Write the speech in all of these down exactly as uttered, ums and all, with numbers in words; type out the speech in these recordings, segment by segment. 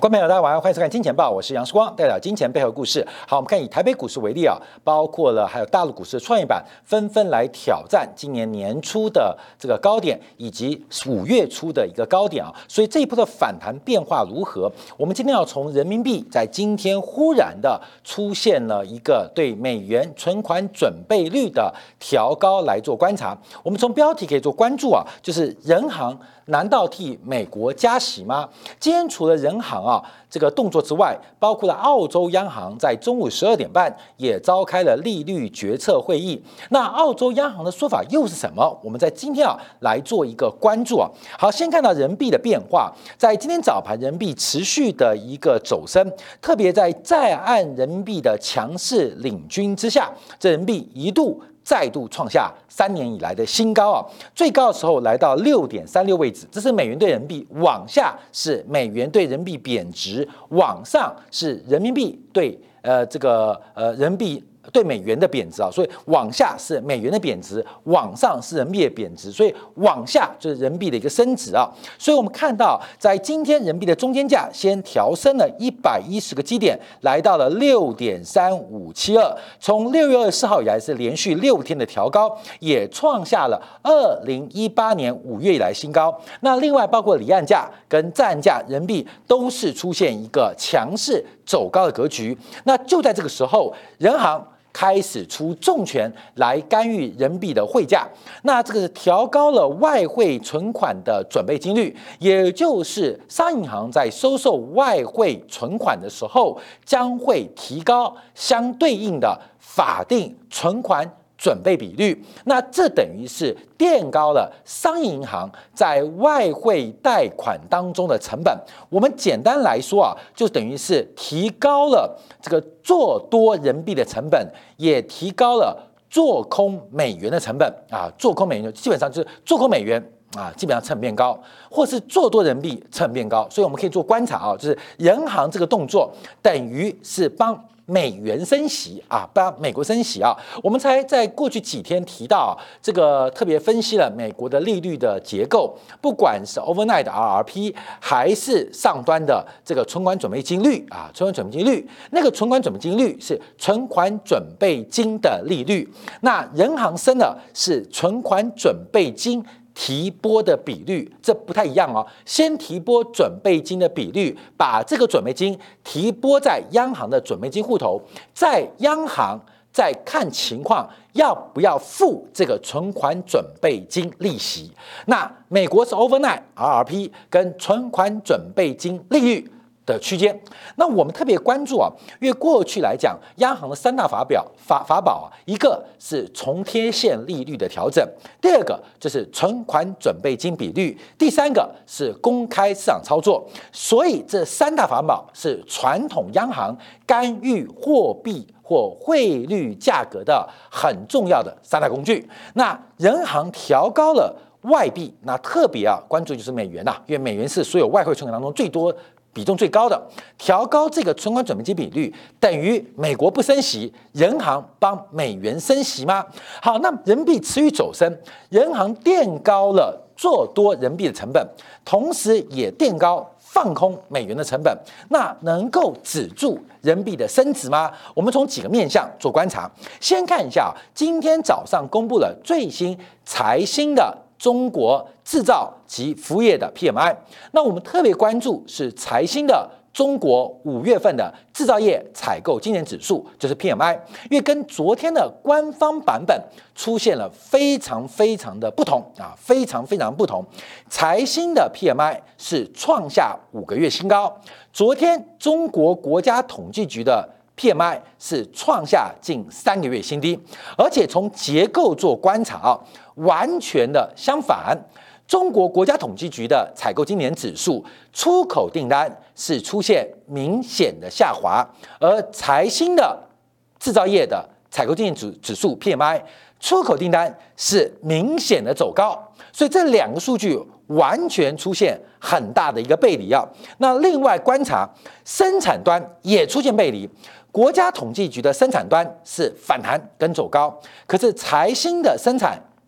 观众朋友，大家晚上好，欢迎收看《金钱报》，我是杨世光，带来金钱背后故事。好，我们看以台北股市为例啊，包括了还有大陆股市的创业板，纷纷来挑战今年年初的这个高点，以及五月初的一个高点啊。所以这一波的反弹变化如何？我们今天要从人民币在今天忽然的出现了一个对美元存款准备率的调高来做观察。我们从标题可以做关注啊，就是人行难道替美国加息吗？今天除了人行啊这个动作之外，包括了澳洲央行在中午十二点半也召开了利率决策会议。那澳洲央行的说法又是什么？我们在今天啊来做一个关注啊。好，先看到人民币的变化，在今天早盘人民币持续的一个走升，特别在在岸人民币的强势领军之下，这人民币一度再度创下三年以来的新高啊，最高的时候来到六点三六位置，这是美元对人民币，往下是美元对人民币贬值，往上是人民币对呃这个呃人民币对美元的贬值啊，所以往下是美元的贬值，往上是人民币的贬值，所以往下就是人民币的一个升值啊。所以我们看到，在今天人民币的中间价先调升了一百一十个基点，来到了六点三五七二，从六月二十四号以来是连续六天的调高，也创下了二零一八年五月以来新高。那另外包括离岸价跟在岸价，人民币都是出现一个强势走高的格局。那就在这个时候，人行开始出重拳来干预人民币的汇价，那这个调高了外汇存款的准备金率，也就是商业银行在收受外汇存款的时候，将会提高相对应的法定存款准备比率，那这等于是垫高了商业银行在外汇贷款当中的成本。我们简单来说啊，就等于是提高了这个做多人民币的成本，也提高了做空美元的成本啊。做空美元基本上就是做空美元啊，基本上成本变高，或是做多人民币成本变高。所以我们可以做观察啊，就是人行这个动作等于是帮美元升息啊，帮美国升息啊。我们才在过去几天提到、啊、这个特别分析了美国的利率的结构，不管是 overnight 的 R R P 还是上端的这个存款准备金率啊，存款准备金率，那个存款准备金率是存款准备金的利率，那人行升的是存款准备金提拨的比率，这不太一样哦。先提拨准备金的比率，把这个准备金提拨在央行的准备金户头，在央行再看情况要不要付这个存款准备金利息。那美国是 overnight R R P 跟存款准备金利率的区间，那我们特别关注啊，因为过去来讲，央行的三大法表法法宝啊，一个是重贴现利率的调整，第二个就是存款准备金比率，第三个是公开市场操作。所以这三大法宝是传统央行干预货币或汇率价格的很重要的三大工具。那人行调高了外币，那特别啊关注就是美元呐、啊，因为美元是所有外汇存款当中最多比重最高的，调高这个存款准备金比率，等于美国不升息，人行帮美元升息吗？好，那人民币持续走升，人行垫高了做多人民币的成本，同时也垫高放空美元的成本，那能够止住人民币的升值吗？我们从几个面向做观察，先看一下，今天早上公布了最新财新的中国制造及服务业的 P M I， 那我们特别关注是财新的中国五月份的制造业采购经理指数，就是 P M I， 因为跟昨天的官方版本出现了非常非常的不同啊，非常非常不同。财新的 P M I 是创下五个月新高，昨天中国国家统计局的P M I 是创下近三个月新低，而且从结构做观察啊，完全的相反。中国国家统计局的采购经理人指数出口订单是出现明显的下滑，而财新的制造业的采购经理指指数 P M I 出口订单是明显的走高，所以这两个数据完全出现很大的一个背离啊。那另外观察生产端也出现背离，国家统计局的生产端是反弹跟走高，可是财新的生产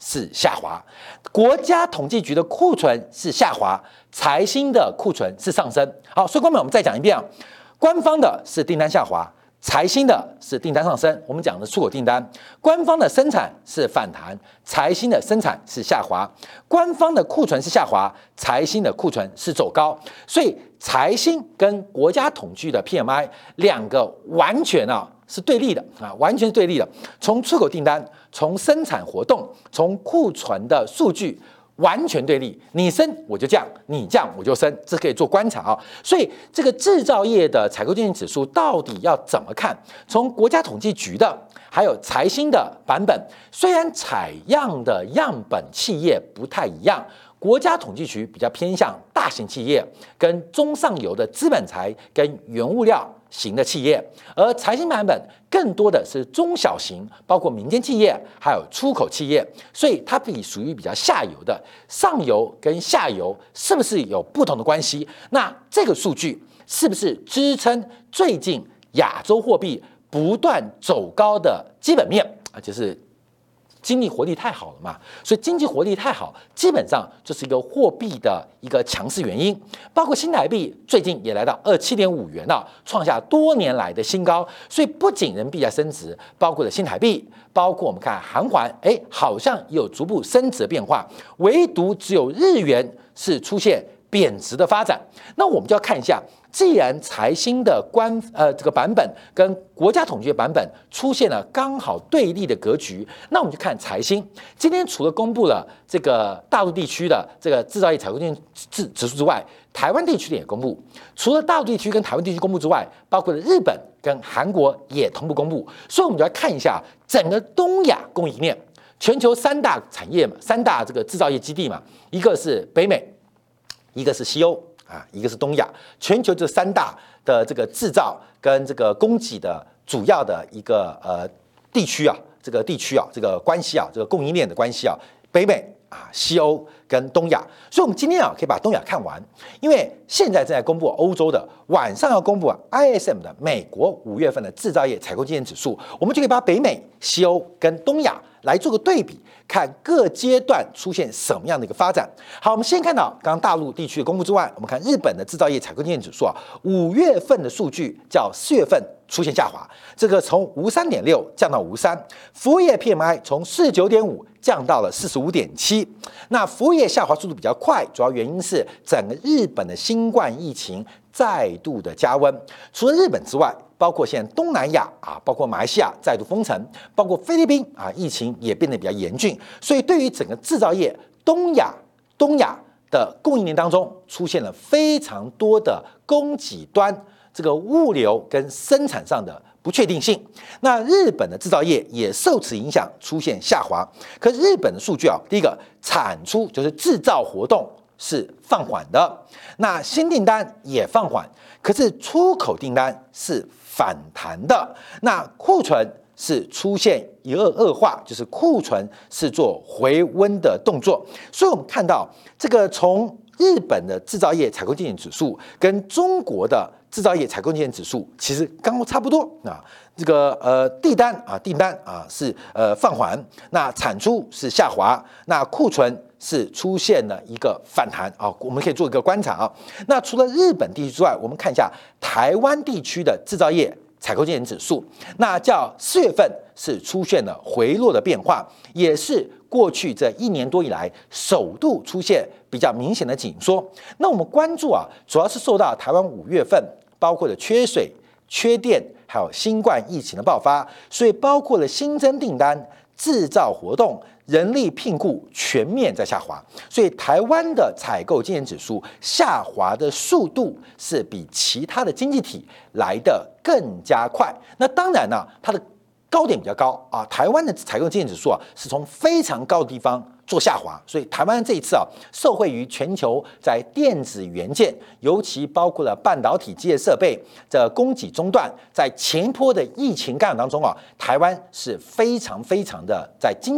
是下滑，国家统计局的库存是下滑，财新的库存是上升。好，所以观众们，我们再讲一遍啊，官方的是订单下滑，财新的是订单上升。我们讲的出口订单，官方的生产是反弹，财新的生产是下滑，官方的库存是下滑，财新的库存是走高。所以财新跟国家统计的 P M I 两个完全啊是对立的啊，完全是对立的。从出口订单，从生产活动，从库存的数据。完全对立，你升我就降，你降我就升，这可以做观察啊。所以这个制造业的采购经理指数到底要怎么看？从国家统计局的，还有财新的版本，虽然采样的样本企业不太一样，国家统计局比较偏向大型企业跟中上游的资本财跟原物料型的企业，而财新版本更多的是中小型，包括民间企业，还有出口企业，所以它比属于比较下游的。上游跟下游是不是有不同的关系？那这个数据是不是支撑最近亚洲货币不断走高的基本面啊？就是经济活力太好了嘛，所以经济活力太好，基本上就是一个货币的一个强势原因。包括新台币最近也来到二七点五元了，创下多年来的新高。所以不仅人民币在升值，包括了新台币，包括我们看韩元，哎，好像也有逐步升值的变化，唯独只有日元是出现贬值的发展。那我们就要看一下。既然财新的官呃这个版本跟国家统计的版本出现了刚好对立的格局，那我们就看财新今天除了公布了这个大陆地区的这个制造业采购经理指指数之外，台湾地区的也公布。除了大陆地区跟台湾地区公布之外，包括了日本跟韩国也同步公布。所以我们就来看一下整个东亚供应链，全球三大产业嘛，三大这个制造业基地嘛，一个是北美，一个是西欧。啊，一个是东亚，全球这三大的这个制造跟这个供给的主要的一个呃地区啊，这个地区啊，这个关系啊，这个供应链的关系啊，北美啊、西欧跟东亚。所以，我们今天啊可以把东亚看完，因为现在正在公布欧洲的，晚上要公布 I S M 的美国五月份的制造业采购经理指数，我们就可以把北美、西欧跟东亚来做个对比。看各阶段出现什么样的一个发展。好，我们先看到刚刚大陆地区的公布之外，我们看日本的制造业采购经理指数啊，五月份的数据较四月份出现下滑，这个从五三点六降到五三，服务业 P M I 从四十九点五降到了四十五点七。那服务业下滑速度比较快，主要原因是整个日本的新冠疫情再度的加温。除了日本之外，包括现在东南亚啊，包括马来西亚再度封城，包括菲律宾啊，疫情也变得比较严峻。所以对于整个制造业，东亚东亚的供应链当中出现了非常多的供给端这个物流跟生产上的不确定性。那日本的制造业也受此影响出现下滑。可是日本的数据啊，第一个产出就是制造活动是放缓的，那新订单也放缓，可是出口订单是反弹的，那库存是出现一恶恶化，就是库存是做回温的动作。所以我们看到这个从日本的制造业采购经理指数跟中国的制造业采购经理指数其实刚好差不多啊。这个呃订单啊订单啊是呃放缓，那产出是下滑，那库存是出现了一个反弹啊，我们可以做一个观察啊。那除了日本地区之外，我们看一下台湾地区的制造业采购经理指数，那较四月份是出现了回落的变化，也是过去这一年多以来首度出现比较明显的紧缩。那我们关注啊，主要是受到台湾五月份包括了缺水、缺电，还有新冠疫情的爆发，所以包括了新增订单、制造活动、人力聘雇全面在下滑，所以台湾的采购经理指数下滑的速度是比其他的经济体来得更加快。那当然呢、啊，它的高点比较高啊，台湾的采购经理指数啊是从非常高的地方做下滑，所以台湾这一次啊受惠于全球在电子元件，尤其包括了半导体机械设备的供给中断，在前一波的疫情干扰当中啊，台湾是非常非常的在经济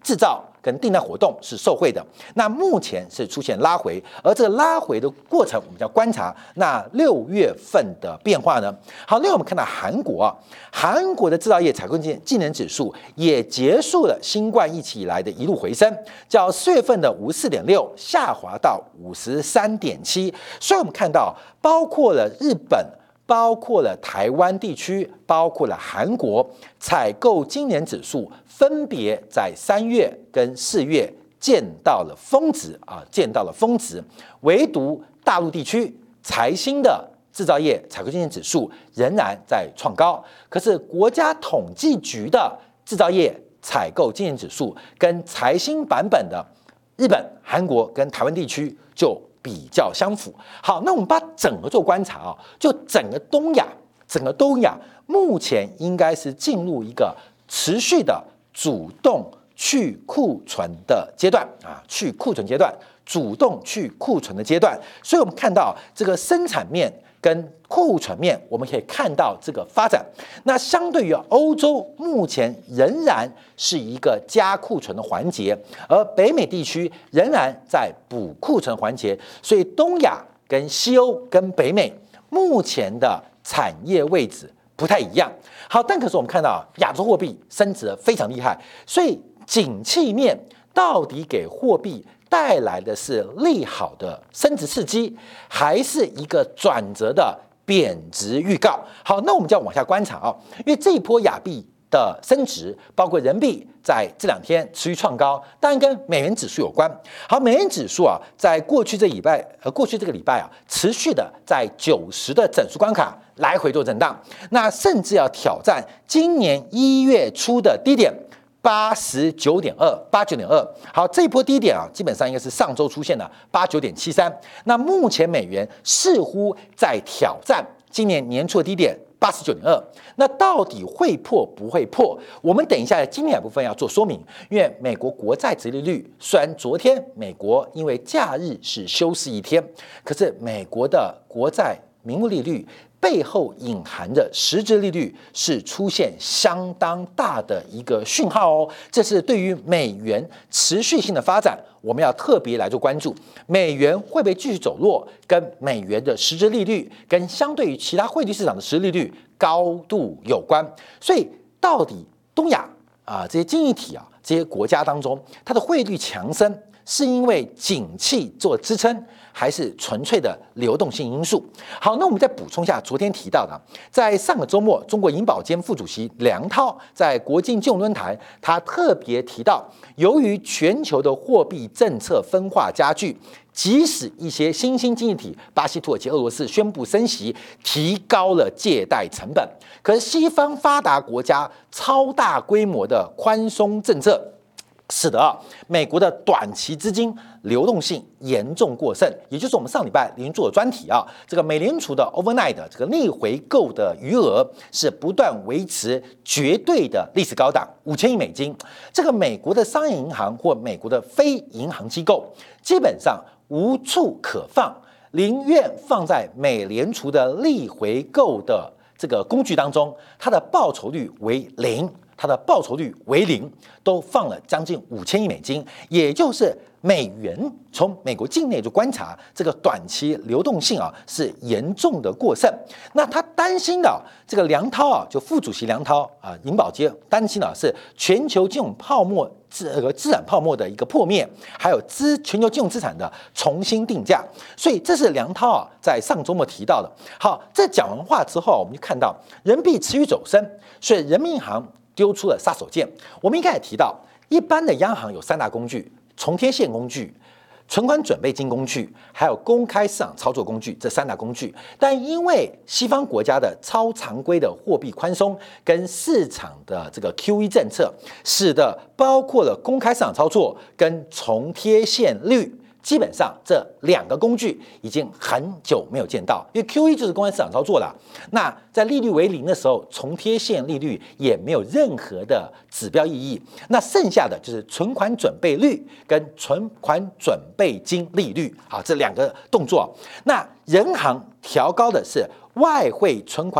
制造跟订单活动是受惠的。那目前是出现拉回，而这个拉回的过程，我们要观察那六月份的变化呢。好，另外我们看到韩国啊，韩国的制造业采购技能指数也结束了新冠疫情以来的一路回升，较四月份的五十四点六下滑到五十三点七。所以我们看到，包括了日本。包括了台湾地区，包括了韩国，采购经年指数分别在三月跟四月见到了峰值啊，见到了峰值。唯独大陆地区财新的制造业采购经年指数仍然在创高，可是国家统计局的制造业采购经年指数跟财新版本的日本、韩国跟台湾地区就比较相符。好，那我们把整个做观察啊，就整个东亚，整个东亚目前应该是进入一个持续的主动去库存的阶段啊，去库存阶段，主动去库存的阶段。所以我们看到这个生产面跟库存面，我们可以看到这个发展。那相对于欧洲，目前仍然是一个加库存的环节，而北美地区仍然在补库存环节。所以东亚跟西欧跟北美目前的产业位置不太一样。好，但可是我们看到亚洲货币升值得非常厉害，所以景气面到底给货币带来的是利好的升值刺激，还是一个转折的贬值预告？好，那我们就要往下观察啊，因为这一波亚币的升值，包括人民币在这两天持续创高，当然跟美元指数有关。好，美元指数啊，在过去这礼拜，呃，过去这个礼拜啊，持续的在九十的整数关卡来回做震荡，那甚至要挑战今年一月初的低点。八十九点二，八九点二。好，这一波低点啊，基本上应该是上周出现的八九点七三。那目前美元似乎在挑战今年年初的低点八十九点二。那到底会破不会破？我们等一下经典部分要做说明。因为美国国债殖利率虽然昨天美国因为假日是休市一天，可是美国的国债名目利率背后隐含的实质利率是出现相当大的一个讯号哦，这是对于美元持续性的发展，我们要特别来做关注。美元会不会继续走弱，跟美元的实质利率跟相对于其他汇率市场的实质利率高度有关。所以，到底东亚啊这些经济体啊这些国家当中，它的汇率强升，是因为景气做支撑，还是纯粹的流动性因素？好，那我们再补充一下昨天提到的，在上个周末，中国银保监副主席梁涛在国际金融论坛，他特别提到，由于全球的货币政策分化加剧，即使一些新兴经济体，巴西、土耳其、俄罗斯宣布升息，提高了借贷成本，可是西方发达国家超大规模的宽松政策，使得啊，美国的短期资金流动性严重过剩，也就是我们上礼拜连做的专题啊，这个美联储的 overnight 这个逆回购的余额是不断维持绝对的历史高档五千亿美金。这个美国的商业银行或美国的非银行机构基本上无处可放，宁愿放在美联储的逆回购的这个工具当中，它的报酬率为零。它的报酬率为零，都放了将近五千亿美金，也就是美元从美国境内就观察这个短期流动性啊是严重的过剩。那他担心的这个梁涛啊，就副主席梁涛啊，银保监担心的是全球金融泡沫这个资产泡沫的一个破灭，还有资全球金融资产的重新定价。所以这是梁涛啊在上周末提到的。好，这讲完话之后，我们就看到人民币持续走升，所以人民银行丢出了杀手锏。我们应该也提到，一般的央行有三大工具：重贴现工具、存款准备金工具，还有公开市场操作工具，这三大工具。但因为西方国家的超常规的货币宽松跟市场的这个 Q E 政策，使得包括了公开市场操作跟重贴现率，基本上这两个工具已经很久没有见到，因为 Q E 就是公开市场操作了。那在利率为零的时候，重贴现利率也没有任何的指标意义。那剩下的就是存款准备率跟存款准备金利率，好，这两个动作。那人行调高的是外汇存款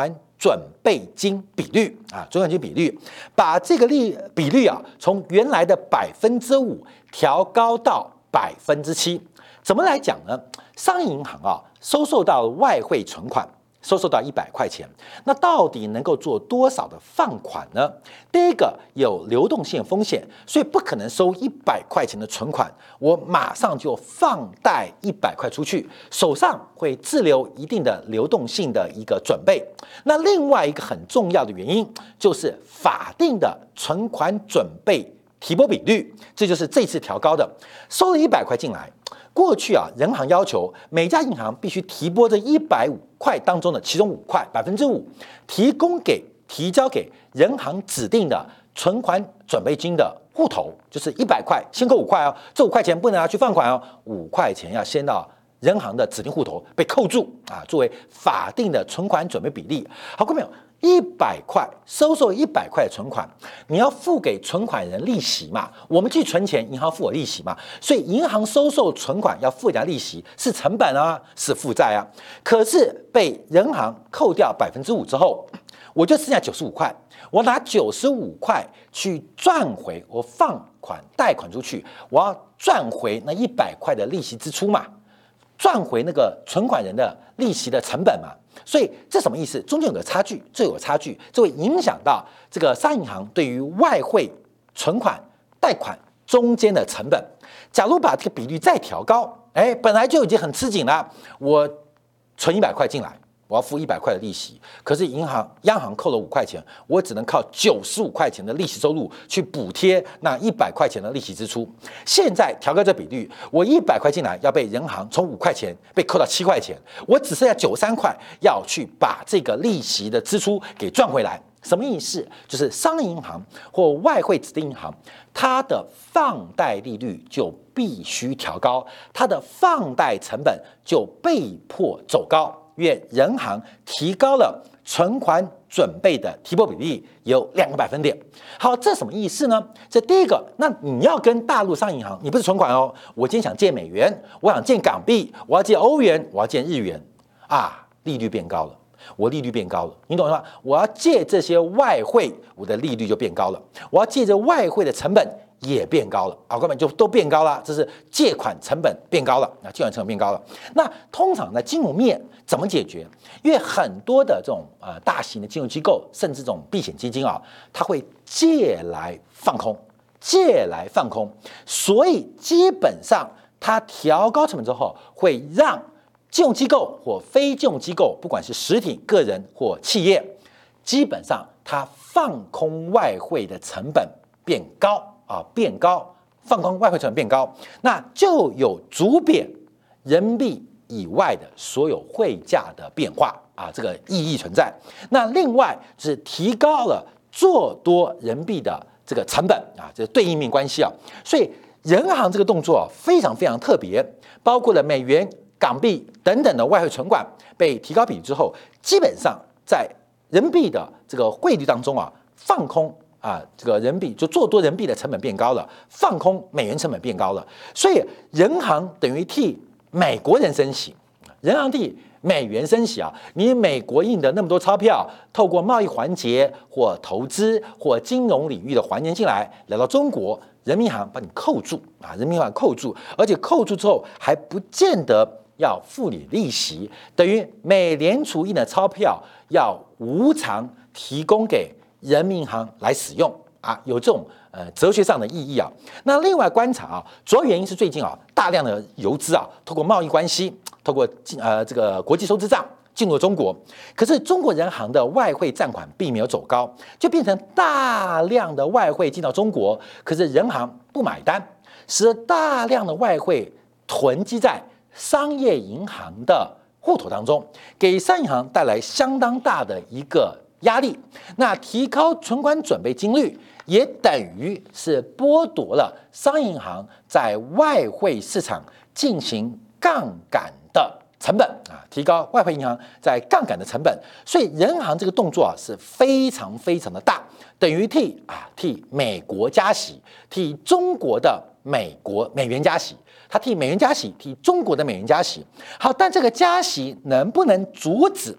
准备金比率啊，存款金比率，把这个利比率啊，从原来的百分之五调高到百分之七。怎么来讲呢？商业银行啊，收受到外汇存款。收受到一百块钱，那到底能够做多少的放款呢？第一个有流动性风险，所以不可能收一百块钱的存款，我马上就放贷一百块出去，手上会滞留一定的流动性的一个准备。那另外一个很重要的原因就是法定的存款准备提拨比率，这就是这次调高的，收了一百块进来。过去啊，人行要求每家银行必须提拨这一百五块当中的其中五块，百分之五，提供给提交给人行指定的存款准备金的户头，就是一百块先扣五块哦，这五块钱不能拿去放款哦，五块钱要先到人行的指定户头被扣住啊，作为法定的存款准备比例。好，各位朋友。一百块收受一百块存款，你要付给存款人利息嘛？我们去存钱，银行付我利息嘛？所以银行收受存款要付人家利息，是成本啊，是负债啊。可是被人行扣掉百分之五之后，我就剩下九十五块，我拿九十五块去赚回我放款贷款出去，我要赚回那一百块的利息支出嘛，赚回那个存款人的利息的成本嘛。所以这什么意思？中间有个差距，这有个差距，这会影响到这个商业银行对于外汇存款、贷款中间的成本。假如把这个比率再调高，哎，本来就已经很吃紧了，我存一百块进来，我要付一百块的利息，可是银行央行扣了五块钱，我只能靠九十五块钱的利息收入去补贴那一百块钱的利息支出。现在调高这比率，我一百块进来要被人行从五块钱被扣到七块钱，我只剩下九十三块要去把这个利息的支出给赚回来。什么意思？就是商业银行或外汇指定银行，它的放贷利率就必须调高，它的放贷成本就被迫走高。因为人行提高了存款准备的提拨比例有两个百分点。好，这什么意思呢？这第一个，那你要跟大陆商业银行，你不是存款哦，我今天想借美元，我想借港币，我要借欧元，我要借日元啊，利率变高了。我利率变高了，你懂吗？我要借这些外汇，我的利率就变高了。我要借这外汇的成本也变高了，啊，根本就都变高了。这是借款成本变高了，啊，借款成本变高了。那通常在金融面怎么解决？因为很多的这种呃大型的金融机构，甚至这种避险基金啊，它会借来放空，借来放空，所以基本上它调高成本之后，会让金融机构或非金融机构，不管是实体、个人或企业，基本上它放空外汇的成本变高啊，变高，放空外汇成本变高，那就有逐贬人民币以外的所有汇价的变化啊，这个意义存在。那另外是提高了做多人民币的这个成本啊，这个对应面关系啊，所以人行这个动作啊非常非常特别，包括了美元、港币等等的外汇存款被提高比率之后，基本上在人民币的这个汇率当中啊，放空啊，这个人民币就做多人民币的成本变高了，放空美元成本变高了，所以人行等于替美国人升息，人行替美元升息啊，你美国印的那么多钞票，透过贸易环节或投资或金融领域的环节进来，来到中国，人民银行把你扣住啊，人民银行扣住，而且扣住之后还不见得要付你利息，等于美联储印的钞票要无偿提供给人民银行来使用啊，有这种呃哲学上的意义啊。那另外观察啊，主要原因是最近啊大量的游资啊，透过贸易关系，透过呃这个国际收支账进入中国，可是中国人行的外汇占款并没有走高，就变成大量的外汇进到中国，可是人行不买单，使得大量的外汇囤积在商业银行的户头当中，给商业银行带来相当大的一个压力。那提高存款准备金率，也等于是剥夺了商业银行在外汇市场进行杠杆的成本啊，提高外汇银行在杠杆的成本。所以人行这个动作啊是非常非常的大，等于替啊替美国加息，替中国的美国美元加息。他替美元加息，替中国的美元加息。好，但这个加息能不能阻止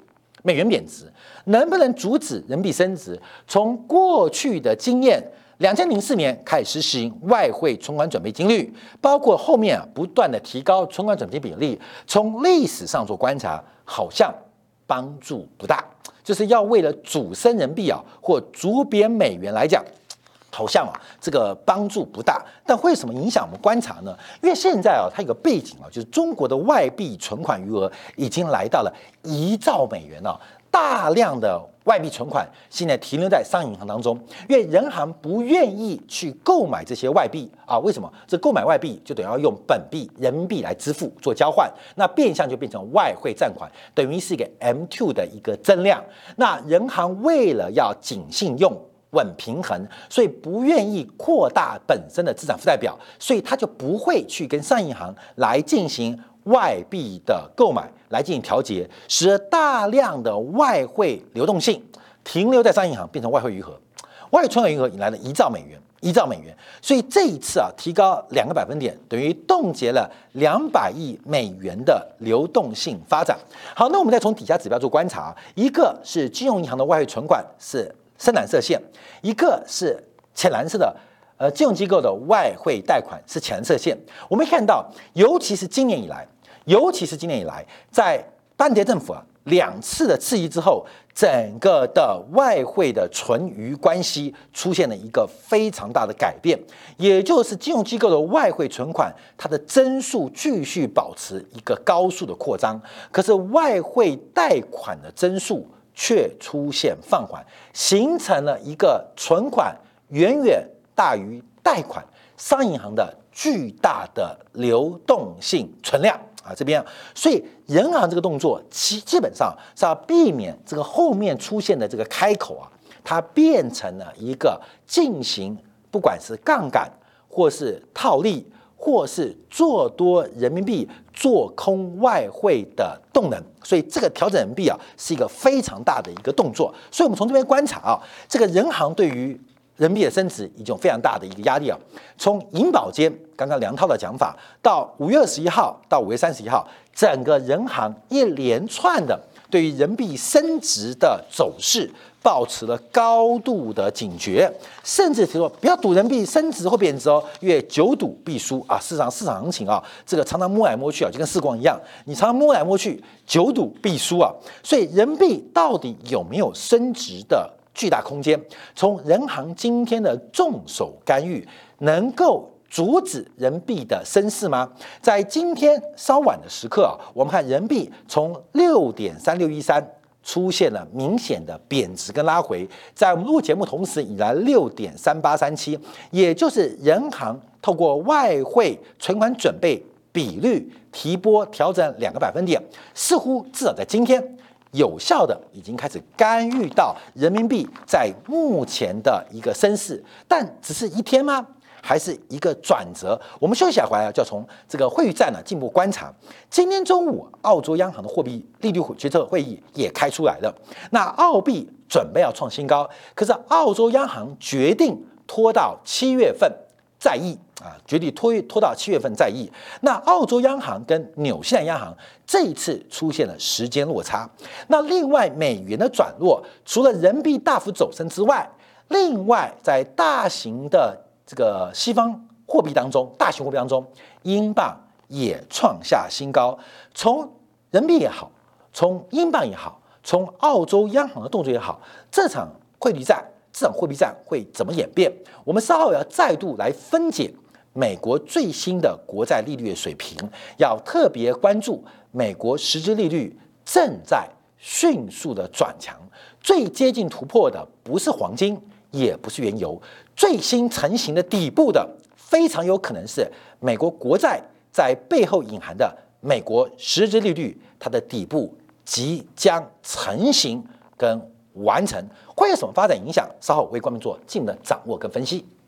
美元贬值，能不能阻止人民币升值？从过去的经验，两千零四年开始实行外汇存款准备金率，包括后面啊不断的提高存款准备金比例，从历史上做观察，好像帮助不大。就是要为了阻升人民币啊或阻贬美元来讲，好像啊这个帮助不大。但为什么影响我们观察呢？因为现在啊它有个背景啊，就是中国的外币存款余额已经来到了一兆美元了。大量的外币存款现在停留在商业银行当中，因为人行不愿意去购买这些外币啊。为什么？这购买外币就等于要用本币人民币来支付做交换，那变相就变成外汇占款，等于是一个 M 二 的一个增量。那人行为了要紧信用稳平衡，所以不愿意扩大本身的资产负债表，所以他就不会去跟商业银行来进行外币的购买来进行调节，使得大量的外汇流动性停留在商业银行，变成外汇余额。外汇存款余额引来了一兆美元，一兆美元。所以这一次啊，提高两个百分点，等于冻结了两百亿美元的流动性发展。好，那我们再从底下指标做观察，一个是金融银行的外汇存款是深蓝色线，一个是浅蓝色的。呃，金融机构的外汇贷款是浅蓝色线。我们看到，尤其是今年以来，尤其是今年以来，在班捷政府啊两次的刺激之后，整个的外汇的存余关系出现了一个非常大的改变，也就是金融机构的外汇存款，它的增速继续保持一个高速的扩张，可是外汇贷款的增速却出现放缓，形成了一个存款远远大于贷款商业银行的巨大的流动性存量啊，这边，所以人行这个动作基基本上是要避免这个后面出现的这个开口啊，它变成了一个进行不管是杠杆或是套利或是做多人民币做空外汇的动能，所以这个调整人民币啊是一个非常大的一个动作。所以我们从这边观察啊，这个人行对于人民币的升值已经有非常大的一个压力啊！从银保监刚刚梁涛的讲法，到五月二十一号到五月三十一号，整个人行一连串的对于人民币升值的走势，保持了高度的警觉，甚至提出不要赌人民币升值或贬值哦，因为久赌必输啊！市场市场行情啊，这个常常摸来摸去啊，就跟世光一样，你常常摸来摸去，久赌必输啊！所以人民币到底有没有升值的巨大空间？从人行今天的重手干预，能够阻止人民币的升势吗？在今天稍晚的时刻啊，我们看人民币从六点三六一三出现了明显的贬值跟拉回，在我们录节目同时以来六点三八三七，也就是人行透过外汇存款准备比率提拨调整两个百分点，似乎至少在今天有效的已经开始干预到人民币在目前的一个升势，但只是一天吗？还是一个转折？我们休息一下回来就要从这个汇率战呢进一步观察。今天中午，澳洲央行的货币利率决策会议也开出来了，那澳币准备要创新高，可是澳洲央行决定拖到七月份再议啊，决定拖拖到七月份再议。那澳洲央行跟纽西兰央行这一次出现了时间落差。那另外美元的转弱，除了人民币大幅走升之外，另外在大型的这个西方货币当中，大型货币当中，英镑也创下新高。从人民币也好，从英镑也好，从澳洲央行的动作也好，这场汇率战。这场货币战会怎么演变？我们稍后要再度来分解美国最新的国债利率的水平，要特别关注美国实质利率正在迅速的转强，最接近突破的不是黄金，也不是原油，最新成型的底部的非常有可能是美国国债在背后隐含的美国实质利率，它的底部即将成型跟完成，会有什么发展影响？稍后为观众做进一步的掌握跟分析。